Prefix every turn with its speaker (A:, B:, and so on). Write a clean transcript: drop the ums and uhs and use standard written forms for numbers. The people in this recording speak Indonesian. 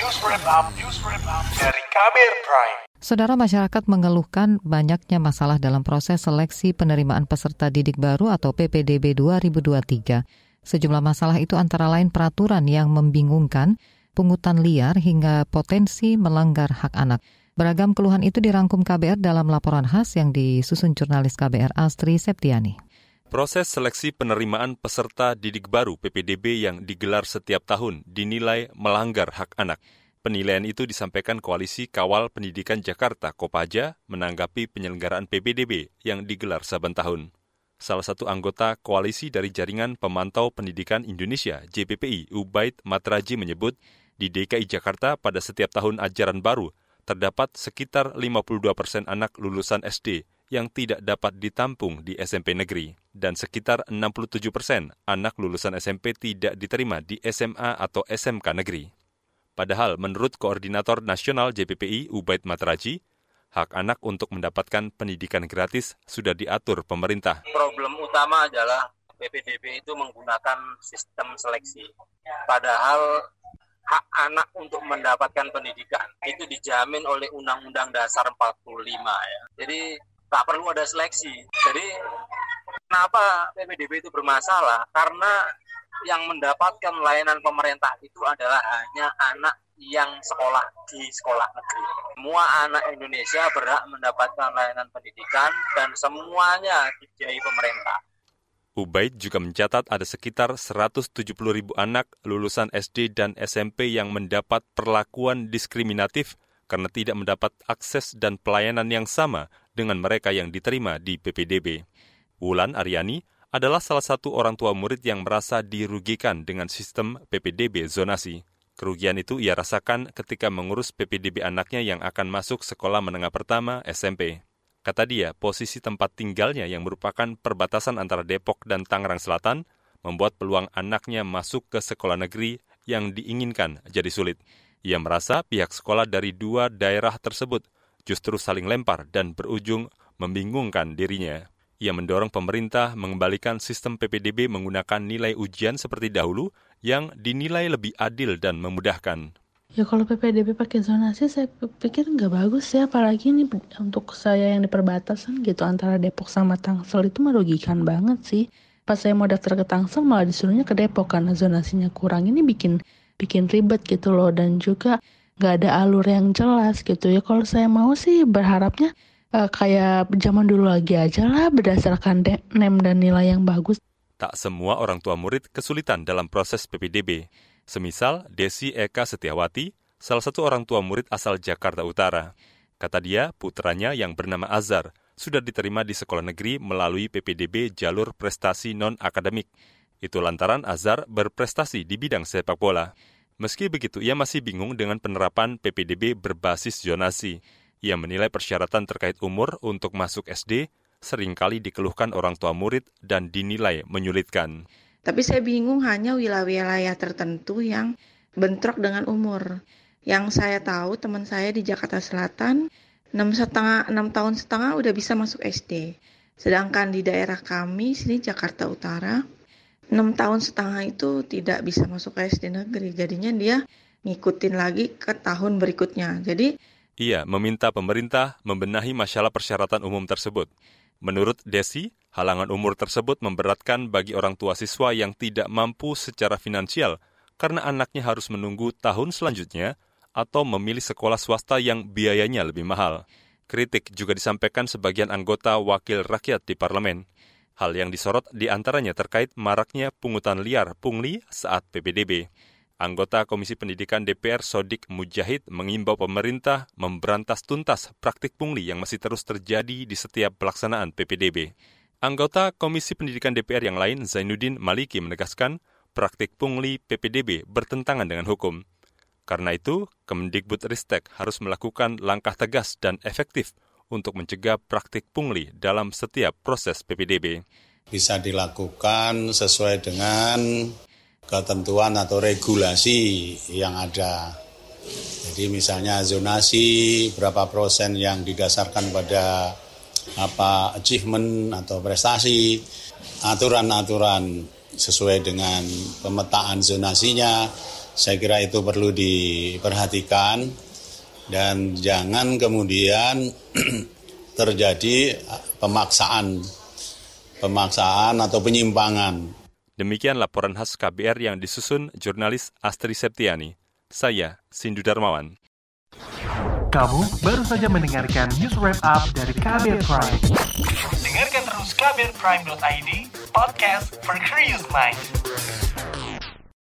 A: News Wrap Up dari KBR Prime.
B: Saudara, masyarakat mengeluhkan banyaknya masalah dalam proses seleksi penerimaan peserta didik baru atau PPDB 2023. Sejumlah masalah itu antara lain peraturan yang membingungkan, pungutan liar hingga potensi melanggar hak anak. Beragam keluhan itu dirangkum KBR dalam laporan khas yang disusun jurnalis KBR Astri Septiani.
C: Proses seleksi penerimaan peserta didik baru PPDB yang digelar setiap tahun dinilai melanggar hak anak. Penilaian itu disampaikan Koalisi Kawal Pendidikan Jakarta Kopaja menanggapi penyelenggaraan PPDB yang digelar saben tahun. Salah satu anggota koalisi dari Jaringan Pemantau Pendidikan Indonesia JPPI, Ubaid Matraji menyebut, di DKI Jakarta pada setiap tahun ajaran baru terdapat sekitar 52% anak lulusan SD yang tidak dapat ditampung di SMP negeri, dan sekitar 67% anak lulusan SMP tidak diterima di SMA atau SMK negeri. Padahal menurut Koordinator Nasional JPPI Ubaid Matraji, hak anak untuk mendapatkan pendidikan gratis sudah diatur pemerintah.
D: Problem utama adalah PPDB itu menggunakan sistem seleksi. Padahal hak anak untuk mendapatkan pendidikan itu dijamin oleh Undang-Undang Dasar 45 ya. Jadi tak perlu ada seleksi. Jadi kenapa PPDB itu bermasalah? Karena yang mendapatkan layanan pemerintah itu adalah hanya anak yang sekolah di sekolah negeri. Semua anak Indonesia berhak mendapatkan layanan pendidikan dan semuanya dibiayai pemerintah.
C: Ubaid juga mencatat ada sekitar 170.000 anak lulusan SD dan SMP yang mendapat perlakuan diskriminatif karena tidak mendapat akses dan pelayanan yang sama dengan mereka yang diterima di PPDB. Wulan Aryani adalah salah satu orang tua murid yang merasa dirugikan dengan sistem PPDB zonasi. Kerugian itu ia rasakan ketika mengurus PPDB anaknya yang akan masuk sekolah menengah pertama SMP. Kata dia, posisi tempat tinggalnya yang merupakan perbatasan antara Depok dan Tangerang Selatan membuat peluang anaknya masuk ke sekolah negeri yang diinginkan jadi sulit. Ia merasa pihak sekolah dari dua daerah tersebut justru saling lempar dan berujung membingungkan dirinya. Ia mendorong pemerintah mengembalikan sistem PPDB menggunakan nilai ujian seperti dahulu yang dinilai lebih adil dan memudahkan.
E: Ya kalau PPDB pakai zonasi saya pikir nggak bagus ya, apalagi ini untuk saya yang di perbatasan gitu antara Depok sama Tangsel itu merugikan banget sih. Pas saya mau daftar ke Tangsel malah disuruhnya ke Depok karena zonasinya kurang. Ini bikin ribet gitu loh, dan juga nggak ada alur yang jelas gitu ya. Kalau saya mau sih berharapnya kayak zaman dulu lagi aja lah berdasarkan NEM dan nilai yang bagus.
C: Tak semua orang tua murid kesulitan dalam proses PPDB. Semisal Desi Eka Setiawati, salah satu orang tua murid asal Jakarta Utara. Kata dia, putranya yang bernama Azhar sudah diterima di sekolah negeri melalui PPDB jalur prestasi non-akademik. Itu lantaran Azhar berprestasi di bidang sepak bola. Meski begitu, ia masih bingung dengan penerapan PPDB berbasis zonasi. Ia menilai persyaratan terkait umur untuk masuk SD seringkali dikeluhkan orang tua murid dan dinilai menyulitkan.
F: Tapi saya bingung hanya wilayah-wilayah tertentu yang bentrok dengan umur. Yang saya tahu teman saya di Jakarta Selatan 6 tahun setengah udah bisa masuk SD. Sedangkan di daerah kami sini Jakarta Utara 6 tahun setengah itu tidak bisa masuk SD negeri. Jadinya dia ngikutin lagi ke tahun berikutnya. Jadi
C: ia meminta pemerintah membenahi masalah persyaratan umum tersebut. Menurut Desi, halangan umur tersebut memberatkan bagi orang tua siswa yang tidak mampu secara finansial karena anaknya harus menunggu tahun selanjutnya atau memilih sekolah swasta yang biayanya lebih mahal. Kritik juga disampaikan sebagian anggota wakil rakyat di parlemen. Hal yang disorot diantaranya terkait maraknya pungutan liar pungli saat PPDB. Anggota Komisi Pendidikan DPR Sodik Mujahid mengimbau pemerintah memberantas tuntas praktik pungli yang masih terus terjadi di setiap pelaksanaan PPDB. Anggota Komisi Pendidikan DPR yang lain, Zainuddin Maliki, menegaskan praktik pungli PPDB bertentangan dengan hukum. Karena itu, Kemendikbudristek harus melakukan langkah tegas dan efektif untuk mencegah praktik pungli dalam setiap proses PPDB.
G: Bisa dilakukan sesuai dengan ketentuan atau regulasi yang ada. Jadi misalnya zonasi, berapa persen yang didasarkan pada achievement atau prestasi, aturan-aturan sesuai dengan pemetaan zonasinya, Saya kira itu perlu diperhatikan dan jangan kemudian terjadi pemaksaan atau penyimpangan.
C: Demikian laporan khas KBR yang disusun jurnalis Astri Septiani. Saya, Sindu Darmawan.
A: Kamu baru saja mendengarkan news wrap up dari KBR Prime. Dengarkan terus kbrprime.id, podcast for curious mind.